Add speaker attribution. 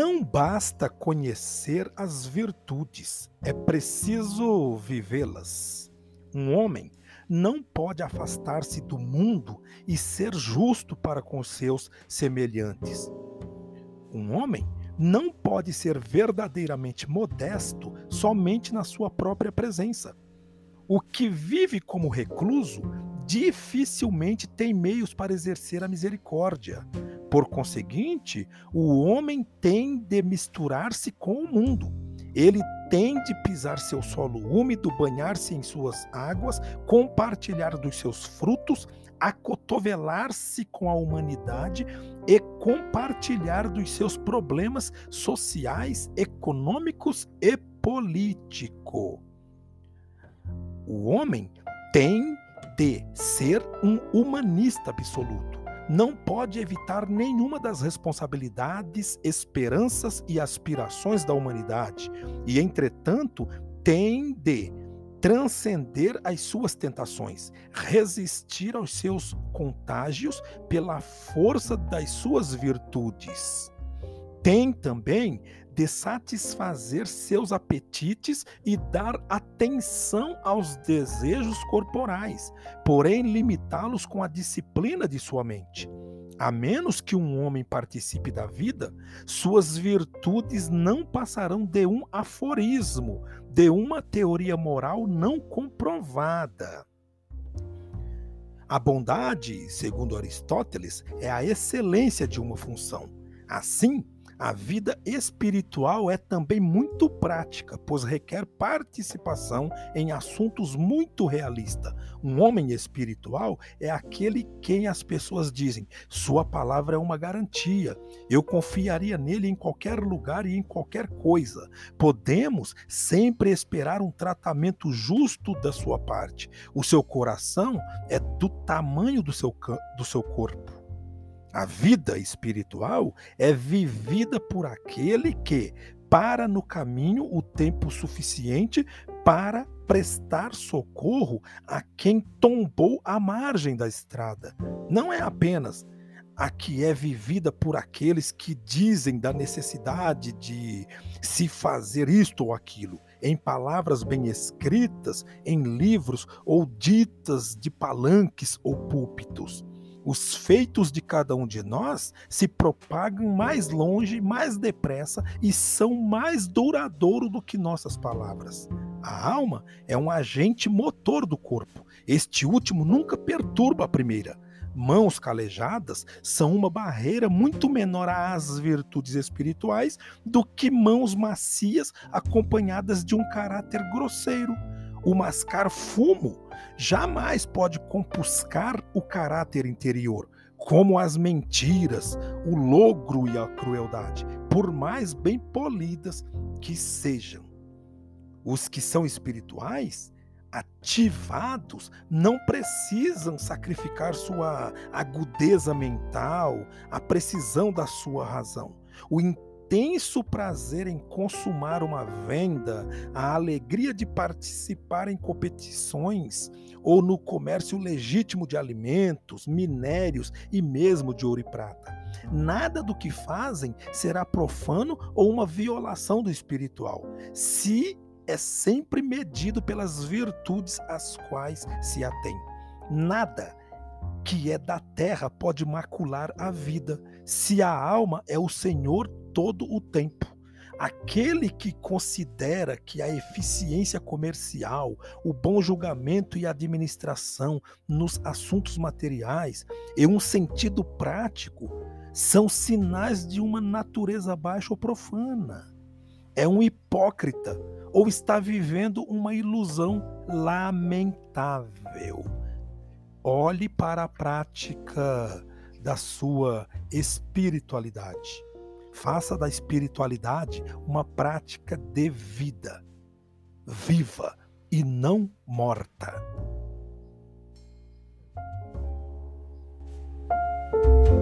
Speaker 1: Não basta conhecer as virtudes, é preciso vivê-las. Um homem não pode afastar-se do mundo e ser justo para com seus semelhantes. Um homem não pode ser verdadeiramente modesto somente na sua própria presença. O que vive como recluso dificilmente tem meios para exercer a misericórdia. Por conseguinte, o homem tem de misturar-se com o mundo. Ele tem de pisar seu solo úmido, banhar-se em suas águas, compartilhar dos seus frutos, acotovelar-se com a humanidade e compartilhar dos seus problemas sociais, econômicos e políticos. O homem tem de ser um humanista absoluto. Não pode evitar nenhuma das responsabilidades, esperanças e aspirações da humanidade. E, entretanto, tem de transcender as suas tentações, resistir aos seus contágios pela força das suas virtudes. Tem também de satisfazer seus apetites e dar atenção aos desejos corporais, porém limitá-los com a disciplina de sua mente. A menos que um homem participe da vida, suas virtudes não passarão de um aforismo, de uma teoria moral não comprovada. A bondade, segundo Aristóteles, é a excelência de uma função. Assim, a vida espiritual é também muito prática, pois requer participação em assuntos muito realistas. Um homem espiritual é aquele quem as pessoas dizem: sua palavra é uma garantia. Eu confiaria nele em qualquer lugar e em qualquer coisa. Podemos sempre esperar um tratamento justo da sua parte. O seu coração é do tamanho do seu corpo. A vida espiritual é vivida por aquele que para no caminho o tempo suficiente para prestar socorro a quem tombou à margem da estrada. Não é apenas a que é vivida por aqueles que dizem da necessidade de se fazer isto ou aquilo, em palavras bem escritas, em livros ou ditas de palanques ou púlpitos. Os feitos de cada um de nós se propagam mais longe, mais depressa e são mais duradouros do que nossas palavras. A alma é um agente motor do corpo. Este último nunca perturba a primeira. Mãos calejadas são uma barreira muito menor às virtudes espirituais do que mãos macias acompanhadas de um caráter grosseiro. O mascar fumo jamais pode compuscar o caráter interior, como as mentiras, o logro e a crueldade, por mais bem polidas que sejam. Os que são espirituais, ativados, não precisam sacrificar sua agudeza mental, a precisão da sua razão. O intenso prazer em consumar uma venda, a alegria de participar em competições ou no comércio legítimo de alimentos, minérios e mesmo de ouro e prata. Nada do que fazem será profano ou uma violação do espiritual, se é sempre medido pelas virtudes às quais se atém. Nada que é da terra pode macular a vida, se a alma é o Senhor todo o tempo. Aquele que considera que a eficiência comercial, o bom julgamento e administração nos assuntos materiais e um sentido prático são sinais de uma natureza baixa ou profana. É um hipócrita ou está vivendo uma ilusão lamentável. Olhe para a prática da sua espiritualidade. Faça da espiritualidade uma prática de vida, viva e não morta.